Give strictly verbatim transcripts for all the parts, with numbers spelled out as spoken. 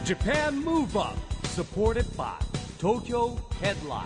Japan Move Up supported by Tokyo Headline。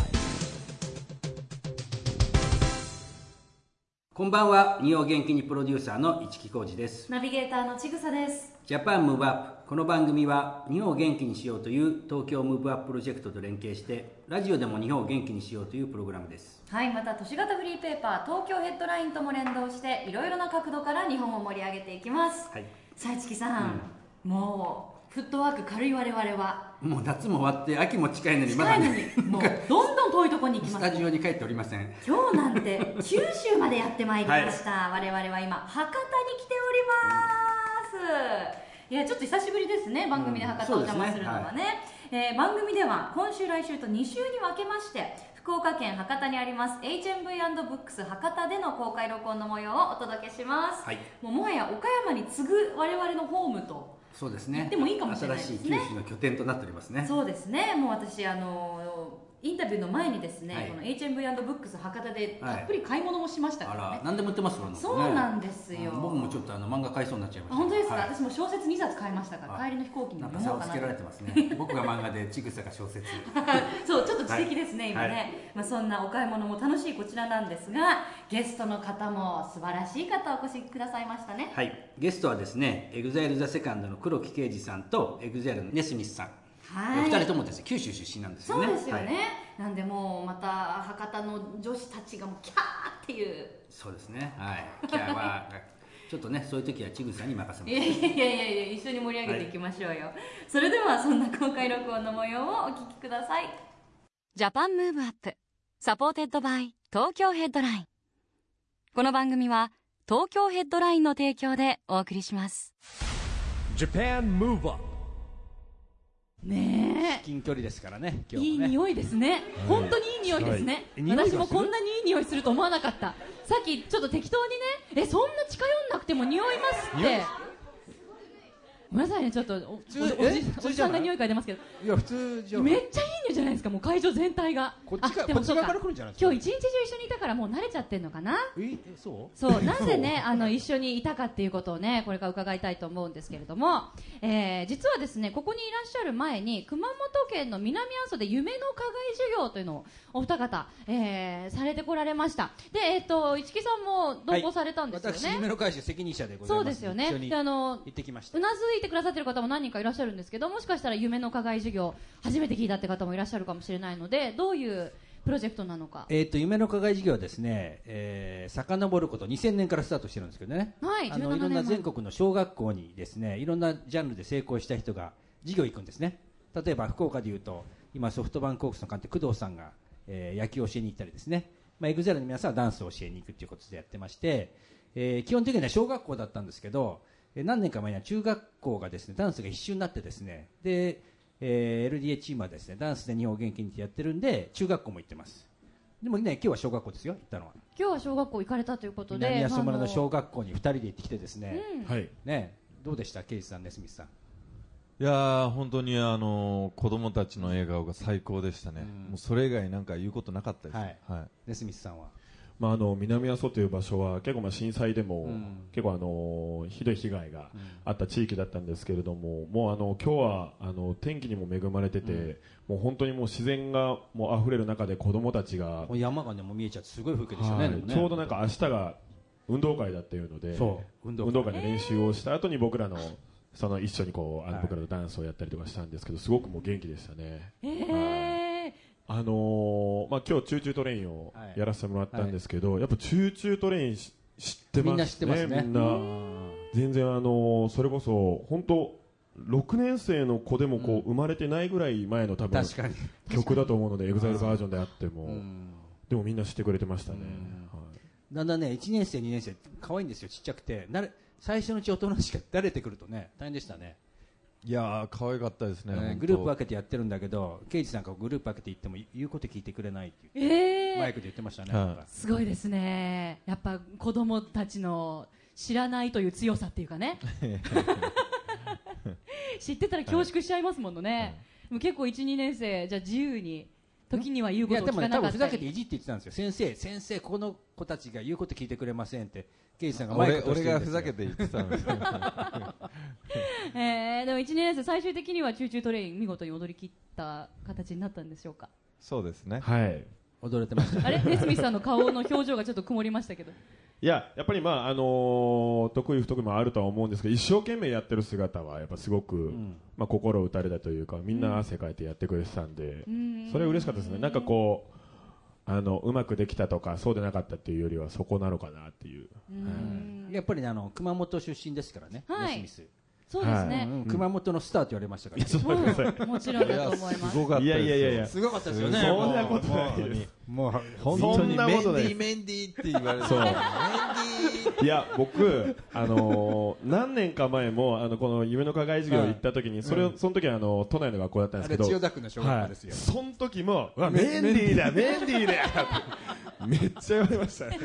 こんばんは。日本元気にプロデューサーの市木浩司です。 ナビゲーターのちぐさです。 ジャパンムーブアップ。この番組は日本を元気にしようという東京ムーブアッププロジェクトと連携してラジオでも日本を元気にしようというプログラムです。 はい、また都市型フリーペーパー東京ヘッドラインとも連動していろいろな角度から日本を盛り上げていきます。はい、さあ市木さん、うん、もうフットワーク軽い我々はもう夏も終わって秋も近いのにまだねもうどんどん遠いところに行きます。 スタジオに帰っておりません。 今日なんて九州までやってまいりました、はい、我々は今博多に来ております、うん、いやちょっと久しぶりですね、番組で博多をお邪魔するのはね、うんね、はい、えー、番組では今週来週とに週に分けまして福岡県博多にあります エイチエムブイアンドブックス 博多での公開録音の模様をお届けします、はい、もうもはや岡山に次ぐ我々のホームとそうですね。 でもいいかもしれないですね。 新しい九州の拠点となっておりますね。 そうですね。もう私あのインタビューの前にですね、はい、この エイチエムブイアンドブックス 博多でたっぷり買い物もしましたからね。 はい、あら、何でも売ってますもんね。 そうなんですよ。 僕もちょっとあの漫画買いそうになっちゃいました。 本当ですか。はい、 私も小説にさつ買いましたから、帰りの飛行機になんか差をつけられてますね。僕が漫画でちぐさが小説。 そうちょっと知的ですね、はい、今ね。はい、まあそんなお買い物も楽しいこちらなんですが、ゲストの方も素晴らしい方お越しくださいましたね。 はい。ゲストはですね、エグザイルザセカンドの黒木啓司さんとエグザイルのネスミスさん。はい、ふたりともですね九州出身なんですよね。 そうですよね、はい、なんでもうまた博多の女子たちがもうキャーっていうそうですね、はい、キャーはちょっとねそういう時はちぐさに任せます。 いやいやいやいや一緒に盛り上げていきましょうよ、はい、それではそんな公開録音の模様をお聞きください。ジャパンムーブアップサポーテッドバイ東京ヘッドライン。この番組は東京ヘッドラインの提供でお送りします。 Japan Move Up ねえ、 近距離ですからね。 今日もねいい匂いですね、うん、本当にいい匂いですね、はい、私もこんなにいい匂いすると思わなかった。さっきちょっと適当にね、えそんな近寄んなくても匂いますってごめんなさいね、ちょっと お, お, お, じおじさんが匂い嗅いでますけど、 いや普通じゃめっちゃいい匂いじゃないですか、もう会場全体が。 こっちかこっち側から来るんじゃないですか。 今日一日中一緒にいたからもう慣れちゃってんのかな。 えそうそうなぜねあの一緒にいたかっていうことをねこれから伺いたいと思うんですけれども、えー、実はですねここにいらっしゃる前に熊本県の南阿蘇で夢の課外授業というのをお二方、えー、されてこられました。で、えー、と市木さんも同行されたんですよね。 はい、私夢の会社責任者でございます。 そうですよね。 一緒にであの行ってきました。 うなずいてくださってる方も何人かいらっしゃるんですけど、もしかしたら夢の課外授業初めて聞いたって方もいらっしゃるかもしれないので、どういうプロジェクトなのか。 えー、と夢の課外授業はですね、えー、遡ることにせんねんからスタートしてるんですけどね、 はい、 あのいろんな全国の小学校にですねいろんなジャンルで成功した人が授業行くんですね。例えば福岡でいうと今ソフトバンクホークスの監督工藤さんが、えー、野球を教えに行ったりですね、まあ、エグザイルの皆さんはダンスを教えに行くということでやってまして、えー、基本的には小学校だったんですけど、何年か前には中学校がですねダンスが必修になってですね、で、えー、エルディーエー チームはですねダンスで日本を元気にってやってるんで中学校も行ってます。でもね今日は小学校ですよ。行ったのは今日は小学校行かれたということで南阿蘇村の小学校にふたりで行ってきてですね、 うん、 ねどうでしたケイジさん、ネスミスさん。 いやー本当にあのー、子供たちの笑顔が最高でしたね、うん、もうそれ以外なんか言うことなかったです、はいはい、 ネスミスさんは。 まあ、あの南阿蘇という場所は結構まあ震災でも、うん、結構あのひどい被害があった地域だったんですけれども、うん、もうあの今日はあの天気にも恵まれてて、うん、もう本当にもう自然がもう溢れる中で子供たちがもう山が、ね、もう見えちゃってすごい風景でしたね、はい、 ちょうどなんか明日が運動会だっていうのでそう運動会、 運動会で練習をした後に僕らのその一緒にこうあの僕らのダンスをやったりとかしたんですけど、すごくもう元気でしたね。 えーあのーまあ、今日チューチュートレインをやらせてもらったんですけど、はいはい、やっぱチューチュートレイン知ってますね。 みんな知ってますね。 みんな全然あのー、それこそ本当ろくねん生の子でもこう生まれてないぐらい前の多分曲だと思うので、エグザイルバージョンであってもでもみんな知ってくれてましたね。はい、 だんだんねいちねん生にねん生可愛いんですよ。ちっちゃくてなれ最初のうち大人しか慣れてくるとね大変でしたね。 いやー可愛かったですね、 ね、グループ分けてやってるんだけどケイジさんがグループ分けて言っても言うこと聞いてくれないっていう、 えー、 マイクで言ってましたね、 はい、 すごいですね。やっぱ子供たちの知らないという強さっていうかね知ってたら恐縮しちゃいますものね、はい、もう結構 いちにねん生じゃあ自由に時には言うことを聞かなかったり。 いやでもね、多分ふざけていじって言ってたんですよ。先生先生この子たちが言うこと聞いてくれませんって刑事さんがマイクとしてるんですよ。 俺がふざけて言ってたんですよえー、でもいちねん生最終的にはチューチュートレイン見事に踊り切った形になったんでしょうか。 そうですね、 はい、 踊れてました、 あれネスミさんの顔の表情がちょっと曇りましたけど、 いややっぱりまああのー、得意不得意もあるとは思うんですけど、一生懸命やってる姿はやっぱすごく、うん、まあ、心を打たれたというか、みんな汗かいてやってくれてたんで、うん、それは嬉しかったですね。なんかこうあのうまくできたとかそうでなかったっていうよりはそこなのかなっていう、 うん、 はい、やっぱり、ね、あの熊本出身ですからね、 はい、 ネスミスそうですね、 はい、うん、熊本のスターと言われましたから、ね、 うん、もちろんだと思います。 いやいやいやいや、 すごかったですよね。 そんなことないです。 もう本当にメンディーメンディーって言われて、そうメンディー。 いや僕あのー、何年か前もあのこの夢の課外授業行った時に、それを、うん、その時はあの都内の学校だったんですけど、 千代田区の小学校ですよ。 はい、その時もメンディーだメンディーだめっちゃ言われましたね。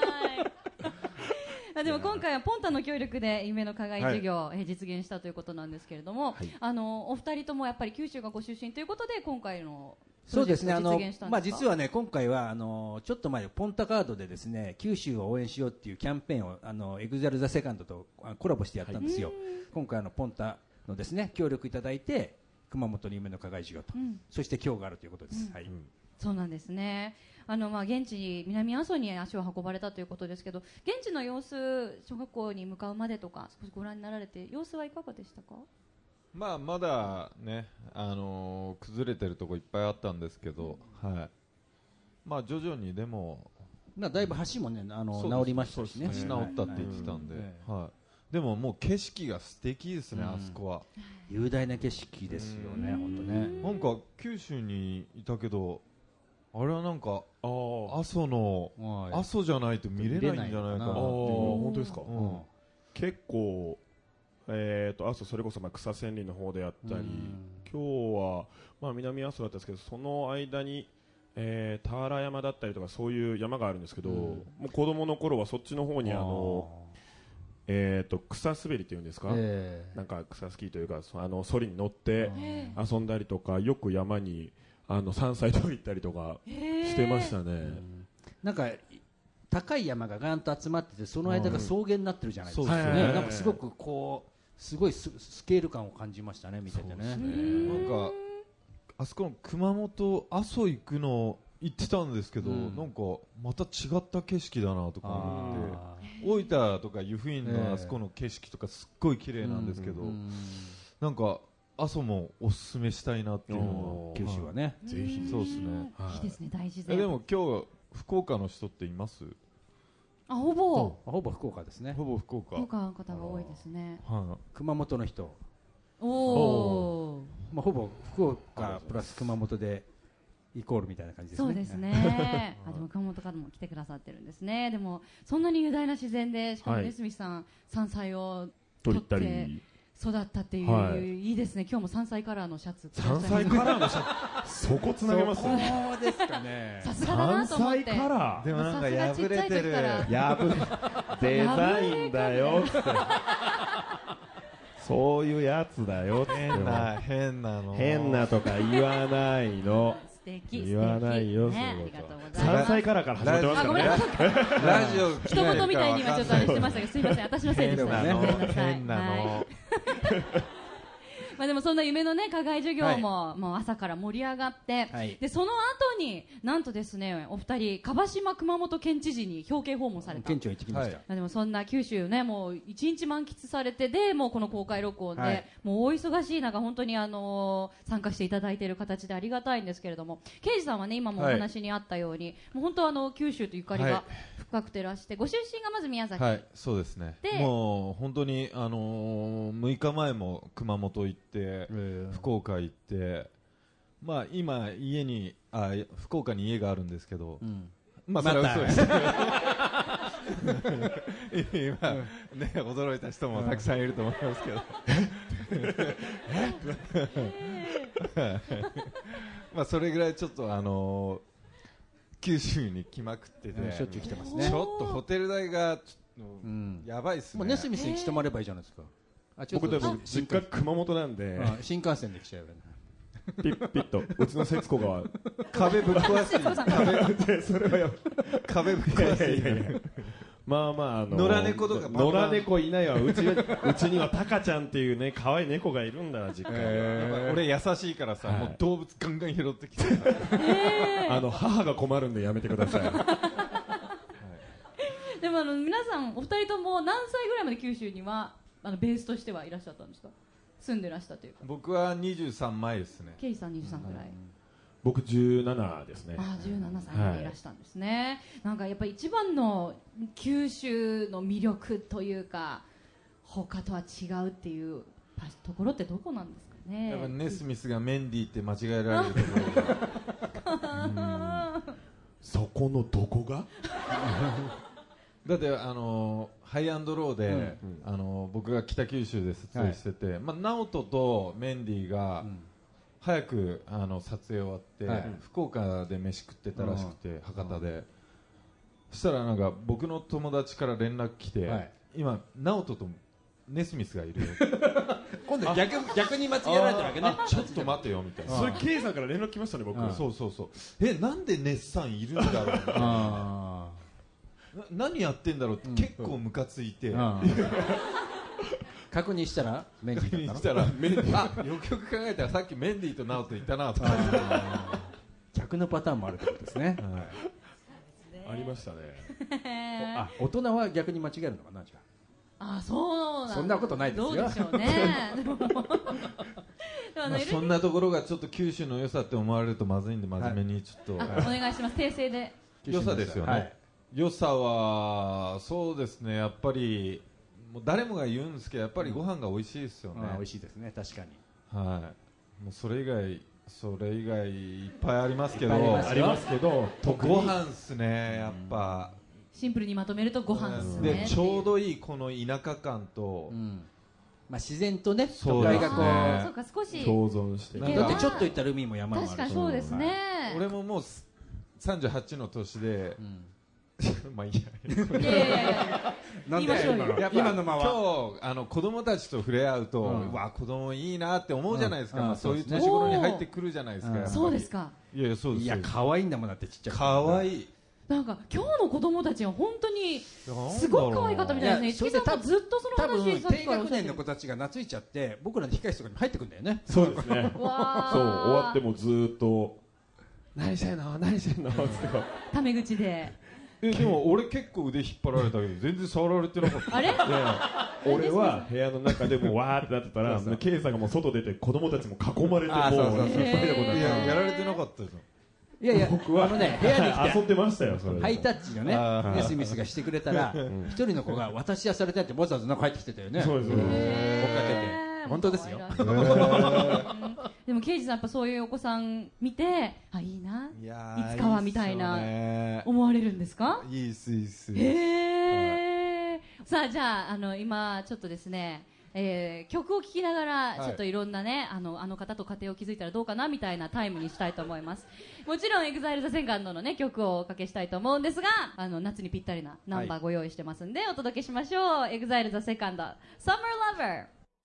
でも今回はポンタの協力で夢の課外授業を実現したということなんですけれども、はい、あのお二人ともやっぱり九州がご出身ということで今回のプロジェクトを実現したんですか。 そうですね、あの、まあ、実はね今回はあのちょっと前にポンタカードでですね九州を応援しようっていうキャンペーンをあのエグザルザセカンドとコラボしてやったんですよ、はい、今回のポンタのですね協力いただいて熊本の夢の課外授業と、うん、そして今日があるということです、うん、はい、うん、 そうなんですね。あのまあ現地南阿蘇に足を運ばれたということですけど、現地の様子小学校に向かうまでとか少しご覧になられて様子はいかがでしたか。 まあまだね、あのー、崩れてるとこいっぱいあったんですけど、うん、はい、まあ徐々にでもだいぶ橋もねあの治りましたしね、 橋治ったって言ってたんで、はいはい、でももう景色が素敵ですね、うん、あそこは雄大な景色ですよね、本当ね。 なんか九州にいたけどあれはなんか阿蘇の阿蘇じゃないと見れないんじゃないかなっていう。 本当ですか、うん、結構えーと阿蘇それこそまあ草千里の方であったり、今日はまあ南阿蘇だったんですけど、その間にえー、田原山だったりとかそういう山があるんですけど、うん、もう子供の頃はそっちの方にあのえーと草滑りっていうんですか、えー、なんか草スキーというかあのソリに乗って遊んだりとか、よく山にあの山菜と行ったりとかしてましたね、うん、 なんか高い山がガンと集まっててその間が草原になってるじゃないですか、うんね、なんかすごくこうすごい ス, スケール感を感じましたね、見ててね。 なんかあそこの熊本阿蘇行くの行ってたんですけど、うん、なんかまた違った景色だなとか思って、大分とか湯布院のあそこの景色とかすっごい綺麗なんですけど、うん、なんか阿蘇もおすすめしたいなっていうのは九州はね、 ぜひそうですね、 はい、いいですね、大自然。 でも今日福岡の人っています？ あ、ほぼほぼ福岡ですね。 ほぼ福岡福岡の方が多いですね、 はい、熊本の人おお、 まあ、ほぼ福岡プラス熊本でイコールみたいな感じですね。 そうですねあ、でも熊本からも来てくださってるんですね。でもそんなに雄大な自然で、しかもネスミさん、はい、山菜を取って育ったっていう、はい、いいですね。今日も山菜カラーのシャツ。 山菜カラーのシャツそこつなげますね。 そうですかね。 さすがだなと思って。 山菜カラーでもなんか破れてる。 破れデザインだよってそういうやつだよって。 変な変なの変なとか言わないの。 素敵。 言わないよ、 ね、ありがとうございます。 山菜カラーから始まってますからね。 ラジオ一言みたいに今ちょっとあれしてましたが、すいません、私のせいでしたね。ごめんなさい。 変なの。 まあでもそんな夢のね課外授業も、はい、もう朝から盛り上がって、はい、でその後になんとですねお二人蒲島熊本県知事に表敬訪問された。 県庁行ってきました、 はい、でもそんな九州ねもう一日満喫されて、でもうこの公開録音で、はい、もうお忙しい中本当にあのー、参加していただいている形でありがたいんですけれども、刑事さんはね今もお話にあったように、はい、もう本当あの九州とゆかりが深くてらして、ご出身がまず宮崎。 はい、そうですね。でもう本当にあのー、むいかまえも熊本行って、えー、福岡行って、まあ今家にあ福岡に家があるんですけど、うん、まあそれは嘘です。今ね驚いた人もたくさんいると思いますけど、まあそれぐらいちょっとあのー、九州に来まくってて、 しょっちゅう来てますね。 ちょっとホテル代がちょっと、うん、やばいっすね。 もうネスミスに来てもらえばいいじゃないですか。 あ僕でも実家熊本なんで、 新幹線で来ちゃうよね。 ピッピッとうちの節子が壁ぶっ壊す壁それはや壁ぶっ壊すいやいやいやまあまああの野良猫とか野良猫いないわうちうちにはタカちゃんっていうね可愛い猫がいるんだ実家に、 えー、俺優しいからさ、はい、もう動物ガンガン拾ってきてあの母が困るんでやめてください、はい、 でもあの皆さんお二人とも何歳ぐらいまで九州にはあのベースとしてはいらっしゃったんですか？住んでらしたというか。 僕はにじゅうさんまえですね。 ケイさんにじゅうさんぐらい、うん、 僕じゅうななですね。 ああじゅうななさいまでいらしたんですね、はい、なんかやっぱり一番の九州の魅力というか他とは違うっていうところってどこなんですかね。 やっぱネスミスがメンディーって間違えられるところがそこのどこがだってあのー、ハイアンドローで、うんうん、あのー、僕が北九州で撮影してて、はい、まあ、ナオトとメンディーが、うん、早くあの撮影終わって、はい、福岡で飯食ってたらしくて、うん、博多で、うん、そしたらなんか僕の友達から連絡来て、はい、今ナオトとネスミスがいるよ今度逆逆に間違えられたわけね。 ちょっと待てよみたいな。 それ K さんから連絡来ましたね僕。 そうそうそう。え、なんでネスさんいるんだろうみたいな。何やってんだろうって、うん、結構ムカついて、うん、 確認したらメンディーだったらメンディーあ、よくよく考えたらさっきメンディーとナオトいたなとか逆のパターンもあるってことですね、はい、 ありましたねあ、大人は逆に間違えるのかな。じゃあ、そうなんそんなことないですよ。 どうでしょうねまあ、そんなところがちょっと九州の良さって思われるとまずいんで真面目にちょっと、 はい、お願いします。訂正で良さですよね、はい、良さはそうですね、やっぱりもう誰もが言うんですけどやっぱりご飯が美味しいですよね、 うん、美味しいですね、確かに。 はい、もうそれ以外それ以外いっぱいありますけどありますけどご飯っすね、やっぱ、 うん、シンプルにまとめるとご飯っすね。 でちょうどいいこの田舎感と、うん、 まあ、自然とね、都会がこう、 そうか少し共存して、 だってちょっと行ったら海も山もあるし。 確かにそうですね、 はい、俺ももうさんじゅうはちの年で、うん、まあいいや。 いやいやいや。 なんで今のまま今日あの子供たちと触れ合うと、うん、わ子供いいなって思うじゃないですか。うん、まあ、そういう年頃に入ってくるじゃないですか。 そうですか。 いやいやそうです。 いや可愛いんだもんだってちっちゃい。 可愛い。 なんか今日の子供たちは本当にすごく可愛かったみたいですね。市木さんもずっとその話さっきからおっしゃってる。 低学年の子たちが懐いちゃって僕らの控室とかに入ってくるんだよね。 そうですね。そう終わってもずっと何してんの何してんのってタメ口で。 えでも俺結構腕引っ張られたけど全然触られてなかった。 あれ？ 俺は部屋の中でもわーってなってたらケイさんがもう外出て子供たちも囲まれてもういややられてなかったですよ。 いやいや、僕はあのね、部屋に来て遊んでましたよ、それハイタッチのね、ネスミスがしてくれたら、一人の子が私はされたってわざわざ中入ってきてたよね。 そうです。追っかけて。本当ですよ。 でも、刑事さん、やっぱそういうお子さん見て、あ、いいな、いつかはみたいな、思われるんですか？ いいっす、いいっす。 へー。さあ、じゃあ、あの、今、ちょっとですね、えー、曲を聴きながらちょっといろんなね、はい、あの、あの方と家庭を築いたらどうかなみたいなタイムにしたいと思います。もちろん エグザイル The Second のね曲をおかけしたいと思うんですが、あの夏にぴったりなナンバーご用意してますんで、はい、お届けしましょう。 エグザイル The Second Summer Lover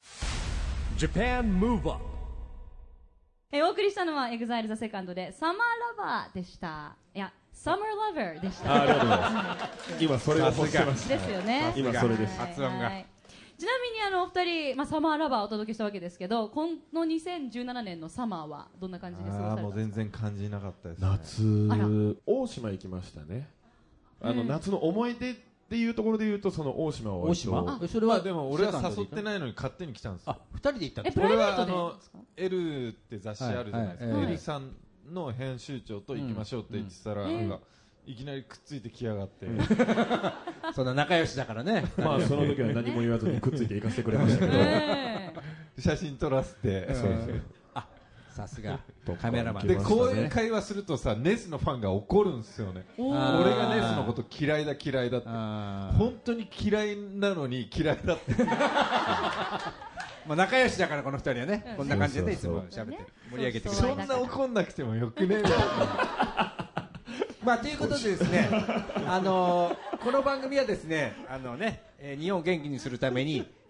Japan Move Up。 えー、お送りしたのは エグザイル The Second で Summer Lover でした。いやSummer Lover でした。 あ, ありがとうございます今それが欲してました。 ですよね。 今それです。 発音が、はい、 ちなみにあのお二人、まあ、サマーラバーをお届けしたわけですけど、このにせんじゅうななねんのサマーはどんな感じで過ごされたんですか？ もう全然感じなかったですね。 夏大島行きましたね。あの夏の思い出っていうところで言うとその大島は大島それはでも俺は誘ってないのに勝手に来たんですよ。 あ、二人で行ったんですか？え、プライベートでですか？ L って雑誌あるじゃないですか、はいはい、L さんの編集長と行きましょうって言ってたら、うん、なんかいきなりくっついてきやがって、うん、 そんな仲良しだからね。 まあその時は何も言わずにくっついて行かせてくれましたけど、 えー、写真撮らせて、 そうですよ。 あ、さすがカメラマンで、こういう会話するとさ、ネスのファンが怒るんですよね。俺がネスのこと嫌いだ嫌いだって、本当に嫌いなのに嫌いだってまあ仲良しだからこの二人はね、こんな感じでいつも喋って盛り上げてくれる。 そんな怒んなくてもよくね。 まあということでですね、あのー、この番組はですね、あのね、えー、日本を元気にするために、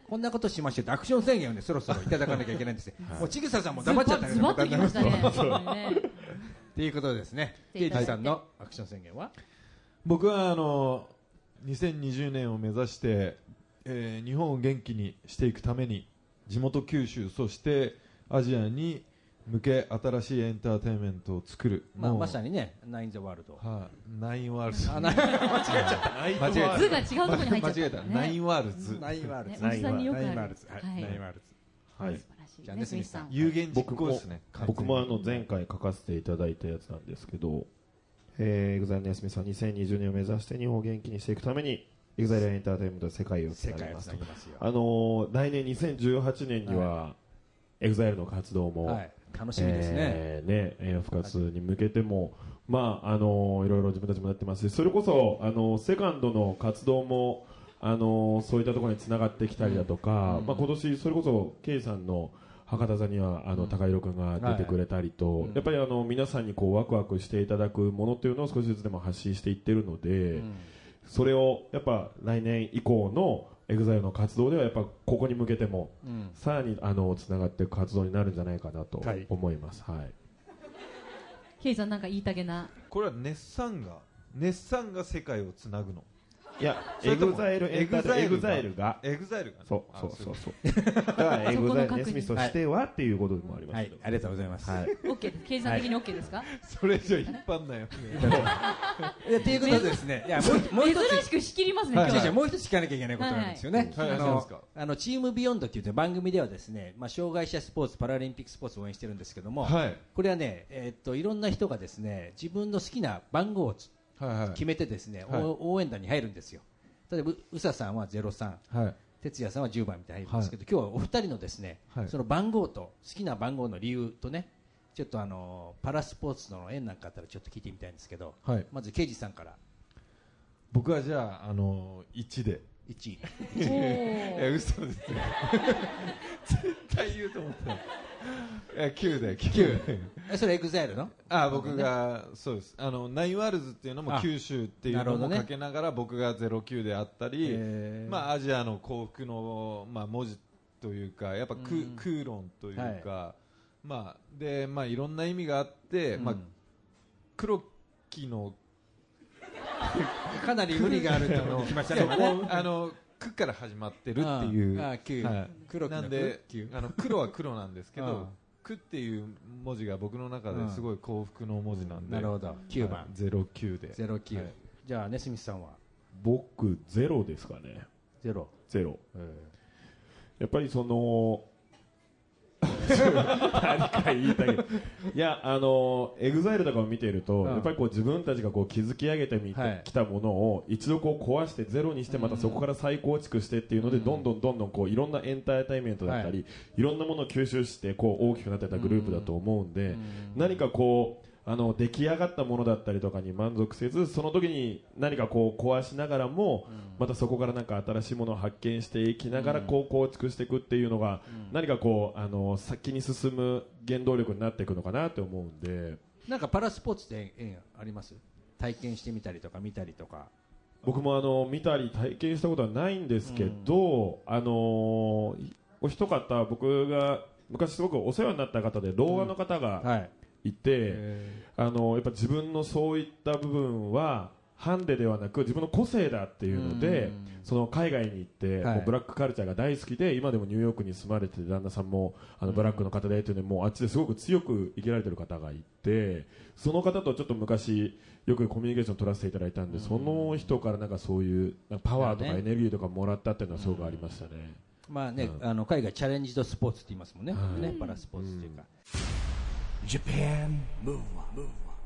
こんなことしましょうってアクション宣言をねそろそろいただかなきゃいけないんですよ、はい、もうちぐささんも黙っちゃったねズバッときましたねっていうことですね。ケイジさんのアクション宣言は？ 僕はあのにせんにじゅうねんを目指して、えー、日本を元気にしていくために地元九州そしてアジアに向け新しいエンターテインメントを作る、 まあ、まさにねナインザワールド、 はあ、ナインワールズ間違えちゃった間違えた図が違うところに入っちゃった、ね、 間違えたナインワールズナインワールズ、 ね、おじさんによくあるナインワールズ、はい、ナインワールズ、 はい、 じゃあねすみさん有言実行ですね。 僕もあの前回書かせていただいたやつなんですけど、えー、エグザイルのやすみさんにせんにじゅうねんを目指して日本を元気にしていくためにエグザイルエンターテインメントで世界をつなぎますと。あのー、来年にせんじゅうはちねんにはエグザイルの活動も、はい、 楽しみですね。 えー、ね、復活に向けても、まああのー、いろいろ自分たちもやってますし、それこそあのー、セカンドの活動もあのー、そういったところにつながってきたりだとか、うん、まあ今年それこそケイさんの博多座にはあの高弘君が出てくれたりと、はい、やっぱりあの皆さんにこうワクワクしていただくものっていうのを少しずつでも発信していってるので、うん、それをやっぱ来年以降のエグザイルの活動ではやっぱここに向けても、うん、さらにあのつながっていく活動になるんじゃないかなと思います。はい。 ケイさんなんか言いたげな。 これは熱産が熱産が世界をつなぐの。 いや、エグザイルエンターテインメント、エグザイルが、 エグザイルが、 そうそうそうそう。だからエグザイルネスミスとしてはっていうことでもありますけど。 はい、ありがとうございます。 はい。 オッケー、計算的にオッケーですか？ それ以上引っ張んなよ。 いや、ということでですね、いやもう一つ珍しく仕切りますね。 じゃあもう一つ聞かなきゃいけないことなんですよね。 はい。 あのあのチームビヨンドっていう番組ではですね、まあ障害者スポーツ、パラリンピックスポーツを応援してるんですけども、はい、これはね、えっといろんな人がですね、自分の好きな番号を決めてですね、応援団に入るんですよ。例えば宇佐さんはゼロさん、はい、哲也さんはじゅうばんみたいな入るんですけど、はい、今日はお二人のですね、はい、その番号と好きな番号の理由とね、ちょっとあのパラスポーツとの縁なんかあったらちょっと聞いてみたいんですけど、はい、まず刑事さんから。 僕はじゃあ、あのー、いちでいち。 え嘘ですよ絶対言うと思ったえきゅうできゅうえそれエグザイルのあ僕がそうですあのナインワールズっていうのも九州っていうのもかけながら僕がゼロきゅうであったり、まあアジアの幸福のまあ文字というかやっぱクーロンというかまあでまあいろんな意味があってまあ黒木のかなり無理があると聞きましたね。 あのくから始まってるっていう。 ああ、九。黒なんであの黒は黒なんですけど、くっていう文字が僕の中ですごい幸福の文字なんで。 なるほど。きゅうばん。 ゼロきゅうで。 ゼロきゅう。じゃあねスミスさんは。 僕ゼロですかね。 ゼロ。 ゼロ。やっぱりその。何か言いたいいやあのエグザイルとかを見ていると、うん、やっぱりこう自分たちがこう築き上げてみて、はい、きたものを一度こう壊してゼロにしてまたそこから再構築してっていうので、うん、どんどんどんどんこういろんなエンターテインメントだったり、はい、いろんなものを吸収してこう大きくなっていったグループだと思うんで、うん、何かこうあの出来上がったものだったりとかに満足せずその時に何かこう壊しながらも、うん、またそこからなんか新しいものを発見していきながらこう構築していくっていうのが、うん、何かこうあの先に進む原動力になっていくのかなと思うんでなんかパラスポーツって縁あります体験してみたりとか見たりとか僕もあの見たり体験したことはないんですけど、うん、あのお一方僕が昔すごくお世話になった方でろうあの方が、うんはいいてあのやっぱ自分のそういった部分はハンデではなく自分の個性だっていうのでその海外に行って、はい、ブラックカルチャーが大好きで今でもニューヨークに住まれて旦那さんもあのブラックの方でというのでもうあっちですごく強く生きられてる方がいてその方とちょっと昔よくコミュニケーション取らせていただいたんでその人からなんかそういうなんかパワーとかエネルギーとかもらったっていうのはすごくありましたね。 まあね、うん、あの海外チャレンジドスポーツって言いますもんね、はい、ねパラスポーツっていうか。Japan Move On。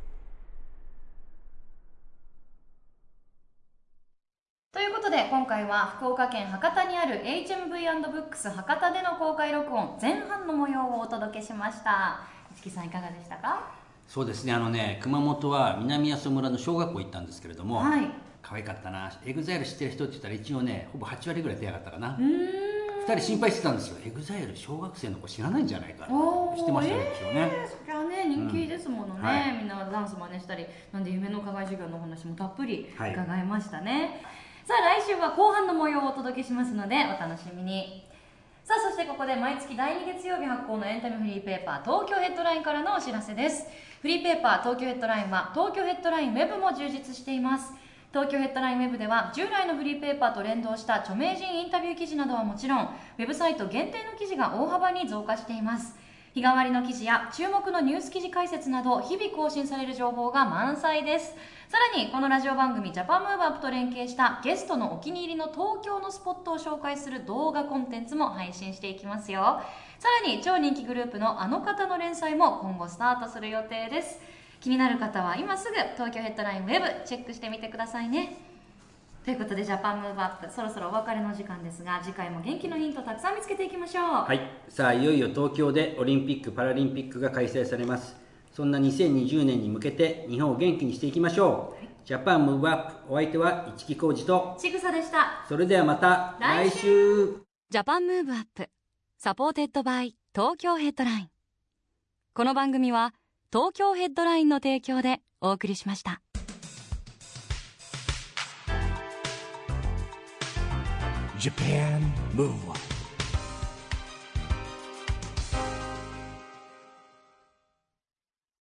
ということで今回は福岡県博多にある エイチエムブイアンド ブックス博多での公開録音前半の模様をお届けしました。市木さんいかがでしたか？ そうですねあのね熊本は南阿蘇村の小学校行ったんですけれども、はい、可愛かったな。エグザイル知ってる人って言ったら一応ねほぼはちわりぐらい出やがったかな。うーんふたり心配してたんですよ。エグザイル小学生の子知らないんじゃないかな知ってましたでしょうね、 えー、そりゃね人気ですものね、うんはい、みんなダンス真似したりなんで夢の課外授業のお話もたっぷり伺いましたね、はい、さあ来週は後半の模様をお届けしますのでお楽しみに。 さあ、そしてここで毎月だいに月曜日発行のエンタメフリーペーパー東京ヘッドラインからのお知らせです。フリーペーパー東京ヘッドラインは東京ヘッドラインウェブも充実しています。東京ヘッドラインウェブでは従来のフリーペーパーと連動した著名人インタビュー記事などはもちろん、ウェブサイト限定の記事が大幅に増加しています。日替わりの記事や注目のニュース記事解説など日々更新される情報が満載です。さらにこのラジオ番組ジャパンムーブアップと連携したゲストのお気に入りの東京のスポットを紹介する動画コンテンツも配信していきますよ。さらに超人気グループのあの方の連載も今後スタートする予定です。気になる方は今すぐ東京ヘッドラインウェブチェックしてみてくださいね。ということでジャパンムーブアップそろそろお別れの時間ですが、次回も元気のヒントたくさん見つけていきましょう。 はい、さあいよいよ東京でオリンピック・パラリンピックが開催されます。そんなにせんにじゅうねんに向けて日本を元気にしていきましょう。はい、ジャパンムーブアップ、お相手は市木浩二とちぐさでした。 それではまた来週。 ジャパンムーブアップサポーテッドバイ東京ヘッドライン。この番組は東京ヘッドラインの提供でお送りしました。 Japan Move Up